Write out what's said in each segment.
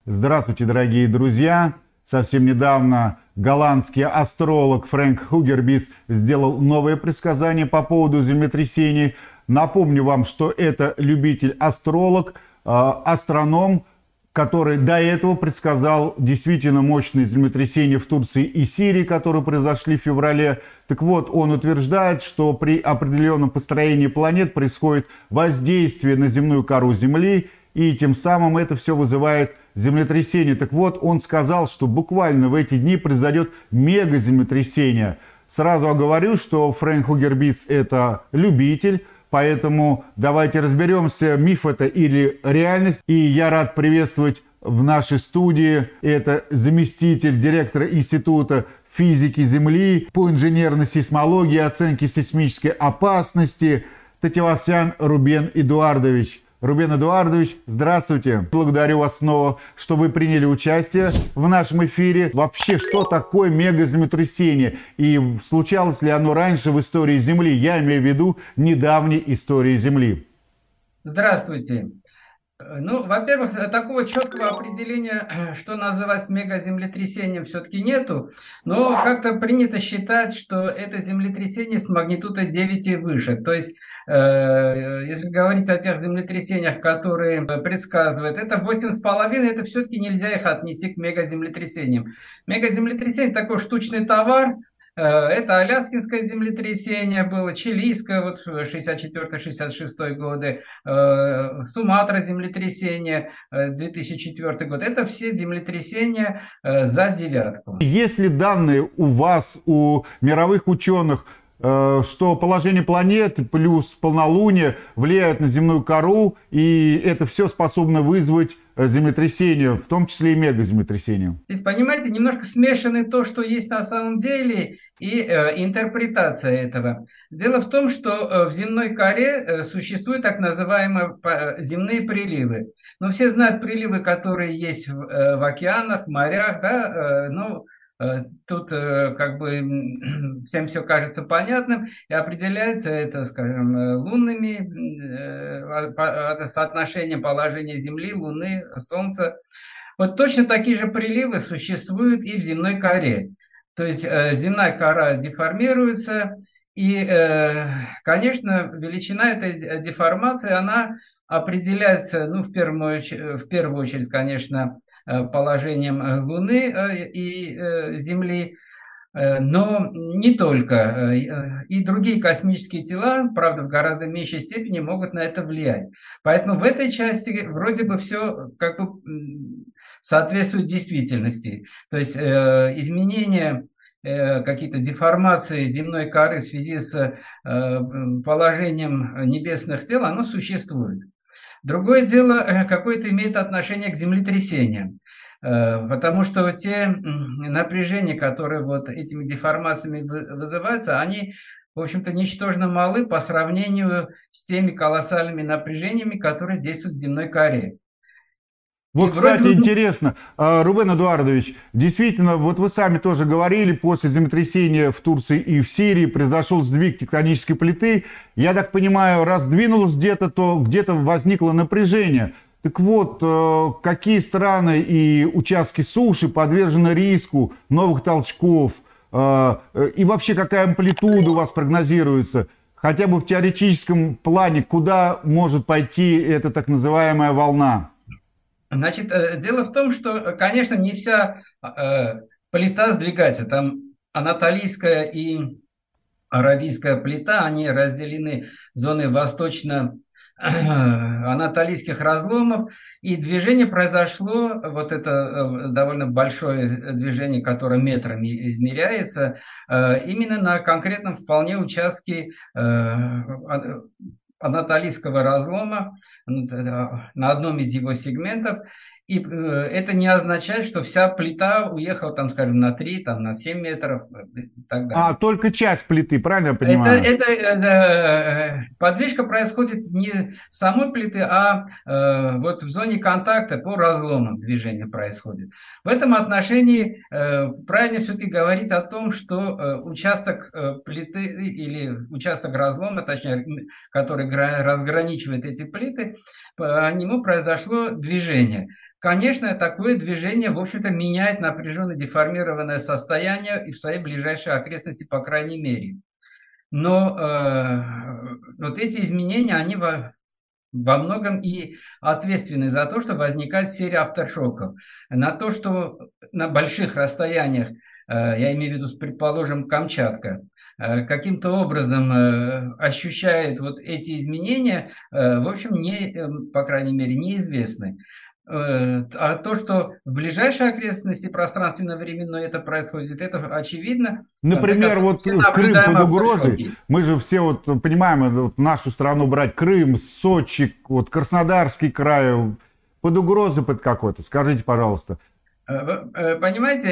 Здравствуйте, дорогие друзья! Совсем недавно голландский астролог Фрэнк Хугербис сделал новое предсказание по поводу землетрясений. Напомню вам, что это любитель-астролог, астроном, который до этого предсказал действительно мощные землетрясения в Турции и Сирии, которые произошли в феврале. Так вот, он утверждает, что при определенном построении планет происходит воздействие на земную кору Земли, и тем самым это все вызывает землетрясение. Так вот, он сказал, что буквально в эти дни произойдет мегаземлетрясение. Сразу оговорю, что Фрэнк Хугербис это любитель, поэтому давайте разберемся, миф это или реальность. И я рад приветствовать в нашей студии, это заместитель директора Института физики Земли по инженерной сейсмологии и оценке сейсмической опасности Татевасян Рубен Эдуардович. Рубен Эдуардович, здравствуйте. Благодарю вас снова, что вы приняли участие в нашем эфире. Вообще, что такое мегаземлетрясение? И случалось ли оно раньше в истории Земли? Я имею в виду недавней истории Земли. Здравствуйте. Ну, во-первых, такого четкого определения, что называть мегаземлетрясением, все-таки нету. Но как-то принято считать, что это землетрясение с магнитудой 9 и выше. То есть, если говорить о тех землетрясениях, которые предсказывают, это 8,5, это все-таки нельзя их отнести к мегаземлетрясениям. Мегаземлетрясение – такой штучный товар. Это аляскинское землетрясение было, чилийское вот в 64-66 годы, Суматра землетрясение 2004 год. Это все землетрясения за девятку. Есть ли данные у вас, у мировых ученых, что положение планет плюс полнолуние влияют на земную кору, и это все способно вызвать землетрясение, в том числе и мегаземлетрясение? Здесь, понимаете, немножко смешаны то, что есть на самом деле, и интерпретация этого. Дело в том, что в земной коре существуют так называемые земные приливы. Но все знают приливы, которые есть в океанах, в морях, да, ну, тут как бы всем все кажется понятным, и определяется это, скажем, лунными соотношением положения Земли, Луны, Солнца. Вот точно такие же приливы существуют и в земной коре. То есть земная кора деформируется, и, конечно, величина этой деформации, она определяется, ну, в первую очередь, конечно, положением Луны и Земли, но не только. И другие космические тела, правда, в гораздо меньшей степени могут на это влиять. Поэтому в этой части вроде бы все как бы соответствует действительности. То есть изменения, какие-то деформации земной коры в связи с положением небесных тел, оно существует. Другое дело, какое-то имеет отношение к землетрясениям, потому что те напряжения, которые вот этими деформациями вызываются, они, в общем-то, ничтожно малы по сравнению с теми колоссальными напряжениями, которые действуют в земной коре. Вот, кстати, интересно, Рубен Эдуардович, действительно, вот вы сами тоже говорили, после землетрясения в Турции и в Сирии произошел сдвиг тектонической плиты. Я так понимаю, раз сдвинулось где-то, то где-то возникло напряжение. Так вот, какие страны и участки суши подвержены риску новых толчков? И вообще, какая амплитуда у вас прогнозируется? Хотя бы в теоретическом плане, куда может пойти эта так называемая волна? Значит, дело в том, что, конечно, не вся плита сдвигается. Там анатолийская и аравийская плита, они разделены зоной восточно-анатолийских разломов, и движение произошло, вот это довольно большое движение, которое метрами измеряется, именно на конкретном вполне участке анатолийского разлома, на одном из его сегментов. И это не означает, что вся плита уехала, там, скажем, на 3, там, на 7 метров и так далее. Только часть плиты, правильно я понимаю? Это подвижка происходит не самой плиты, а вот в зоне контакта по разломам движение происходит. В этом отношении правильно все-таки говорить о том, что участок плиты или участок разлома, точнее, который разграничивает эти плиты, по нему произошло движение. конечно, такое движение, в общем-то, меняет напряженно деформированное состояние и в своей ближайшей окрестности, по крайней мере. Но вот эти изменения, они во многом и ответственны за то, что возникает серия авторшоков. На то, что на больших расстояниях, я имею в виду, предположим, Камчатка, каким-то образом ощущает вот эти изменения, в общем, по крайней мере, неизвестны. А то, что в ближайшей окрестности пространственно-временной это происходит, это очевидно. В конце Например, концов, вот все Крым наблюдаем под угрозой. авторшоки. Мы же все вот понимаем, вот нашу страну брать, Крым, Сочи, вот Краснодарский край, под угрозой под какой-то. Скажите, пожалуйста. Понимаете,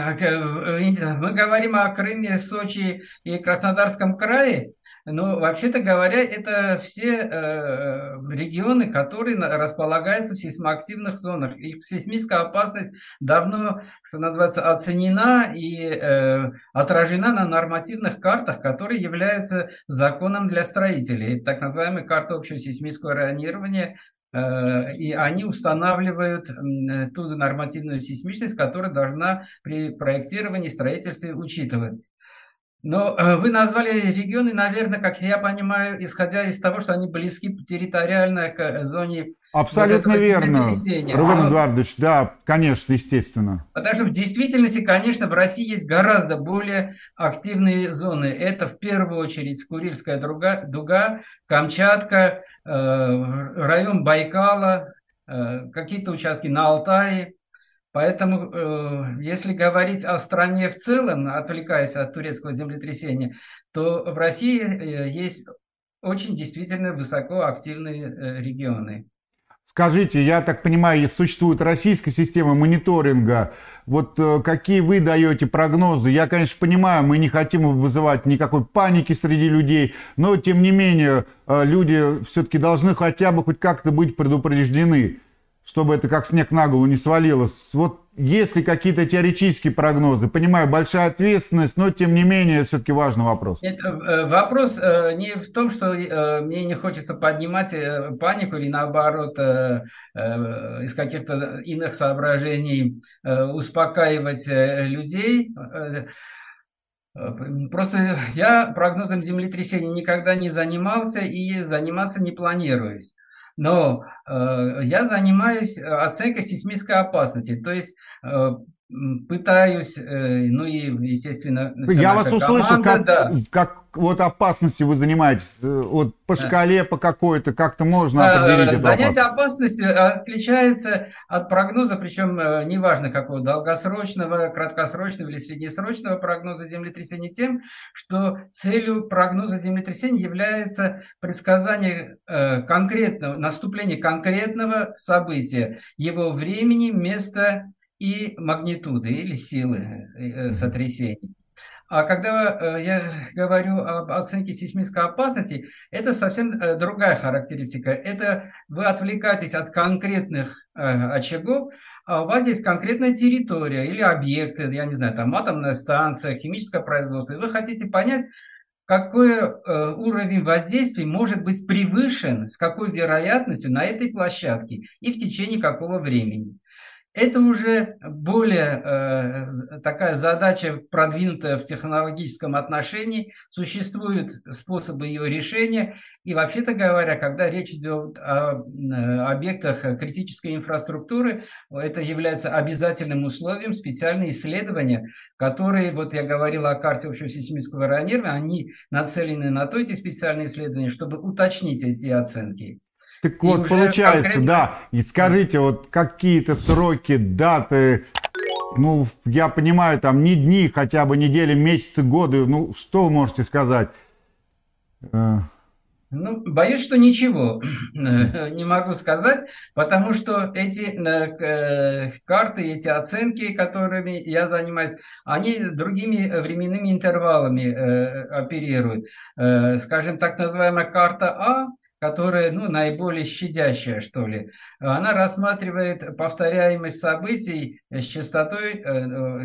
мы говорим о Крыме, Сочи и Краснодарском крае, но вообще-то говоря, это все регионы, которые располагаются в сейсмоактивных зонах. Их сейсмическая опасность давно, что называется, оценена и отражена на нормативных картах, которые являются законом для строителей. Это так называемая карта общего сейсмического районирования. И они устанавливают ту нормативную сейсмичность, которая должна при проектировании и строительстве учитывать. Но вы назвали регионы, наверное, как я понимаю, исходя из того, что они близки территориально к зоне вот Абсолютно этого верно, землетрясения. Рубен Эдуардович, да, конечно, естественно. Потому что в действительности, конечно, в России есть гораздо более активные зоны. Это в первую очередь Курильская дуга, Камчатка, район Байкала, какие-то участки на Алтае. Поэтому, если говорить о стране в целом, отвлекаясь от турецкого землетрясения, то в России есть очень действительно высокоактивные регионы. Скажите, я так понимаю, существует российская система мониторинга. Вот какие вы даете прогнозы? Я, конечно, понимаю, мы не хотим вызывать никакой паники среди людей, но, тем не менее, люди все-таки должны хотя бы хоть как-то быть предупреждены, чтобы это как снег на голову не свалилось. Вот есть ли какие-то теоретические прогнозы? Понимаю, большая ответственность, но тем не менее, все-таки важный вопрос. Это вопрос не в том, что мне не хочется поднимать панику или наоборот из каких-то иных соображений успокаивать людей. Просто я прогнозом землетрясений никогда не занимался и заниматься не планируюсь. Но я занимаюсь оценкой сейсмической опасности, то есть пытаюсь, ну и, естественно, вся Я наша вас услышал, команда, да. как вот опасности вы занимаетесь. Вот по шкале, по какой-то, как-то можно определить эту Занятие опасность? опасностью отличается от прогноза, причем неважно какого, долгосрочного, краткосрочного или среднесрочного прогноза землетрясений тем, что целью прогноза землетрясений является предсказание конкретного, наступления конкретного события, его времени, места и магнитуды или силы сотрясений. А когда я говорю об оценке сейсмической опасности, это совсем другая характеристика. Это вы отвлекаетесь от конкретных очагов, а у вас есть конкретная территория или объекты, я не знаю, там атомная станция, химическое производство, и вы хотите понять, какой уровень воздействия может быть превышен, с какой вероятностью на этой площадке и в течение какого времени. Это уже более такая задача, продвинутая в технологическом отношении. Существуют способы ее решения. И вообще-то говоря, когда речь идет о объектах критической инфраструктуры, это является обязательным условием специальные исследования, которые, вот я говорил о карте общего сейсмического районирования, они нацелены на то, эти специальные исследования, чтобы уточнить эти оценки. Так И вот, получается, конкретно... да. И скажите, вот какие-то сроки, даты, ну, я понимаю, там не дни, хотя бы недели, месяцы, годы. Ну, что вы можете сказать? Ну, боюсь, что ничего не могу сказать, потому что эти карты, эти оценки, которыми я занимаюсь, они другими временными интервалами оперируют. Скажем, так называемая карта А, которая, ну, наиболее щадящая, что ли, она рассматривает повторяемость событий с частотой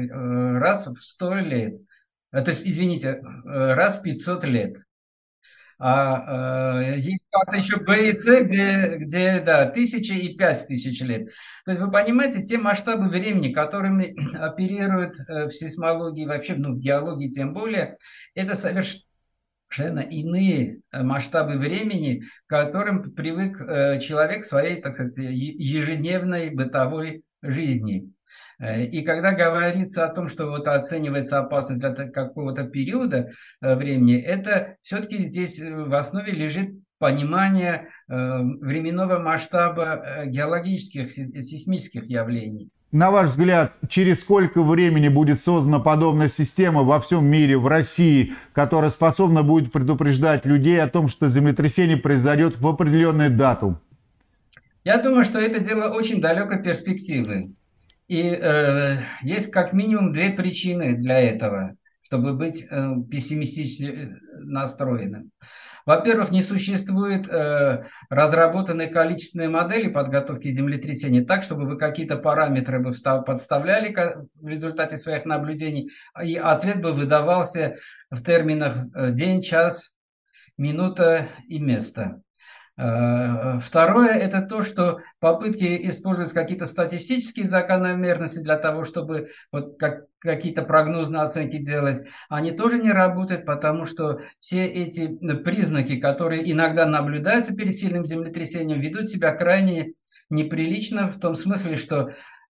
раз в 100 лет. То есть, извините, раз в 500 лет. Есть карта еще Б и С, где да, 1000 и 5000 лет. То есть вы понимаете, те масштабы времени, которыми оперируют в сейсмологии, вообще ну, в геологии тем более, это совершенно иные масштабы времени, к которым привык человек в своей, так сказать, ежедневной бытовой жизни. И когда говорится о том, что вот оценивается опасность для какого-то периода времени, это все-таки здесь в основе лежит понимание временного масштаба геологических, сейсмических явлений. На ваш взгляд, через сколько времени будет создана подобная система во всем мире, в России, которая способна будет предупреждать людей о том, что землетрясение произойдет в определенную дату? Я думаю, что это дело очень далекой перспективы. И есть как минимум две причины для этого, чтобы быть пессимистично настроенным. Во-первых, не существует разработанной количественной модели подготовки землетрясений так, чтобы вы какие-то параметры бы подставляли в результате своих наблюдений, и ответ бы выдавался в терминах день, час, минута и место. Второе – это то, что попытки использовать какие-то статистические закономерности для того, чтобы вот какие-то прогнозные оценки делать, они тоже не работают, потому что все эти признаки, которые иногда наблюдаются перед сильным землетрясением, ведут себя крайне неприлично в том смысле, что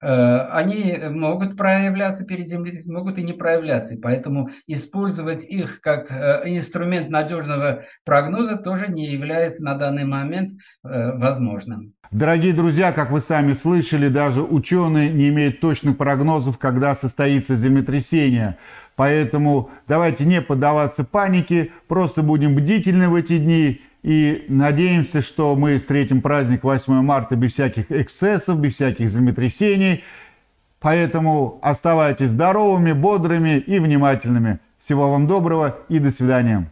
они могут проявляться перед землетрясением, могут и не проявляться. И поэтому использовать их как инструмент надежного прогноза тоже не является на данный момент возможным. Дорогие друзья, как вы сами слышали, даже ученые не имеют точных прогнозов, когда состоится землетрясение. Поэтому давайте не поддаваться панике, просто будем бдительны в эти дни. И надеемся, что мы встретим праздник 8 марта без всяких эксцессов, без всяких землетрясений. Поэтому оставайтесь здоровыми, бодрыми и внимательными. Всего вам доброго и до свидания.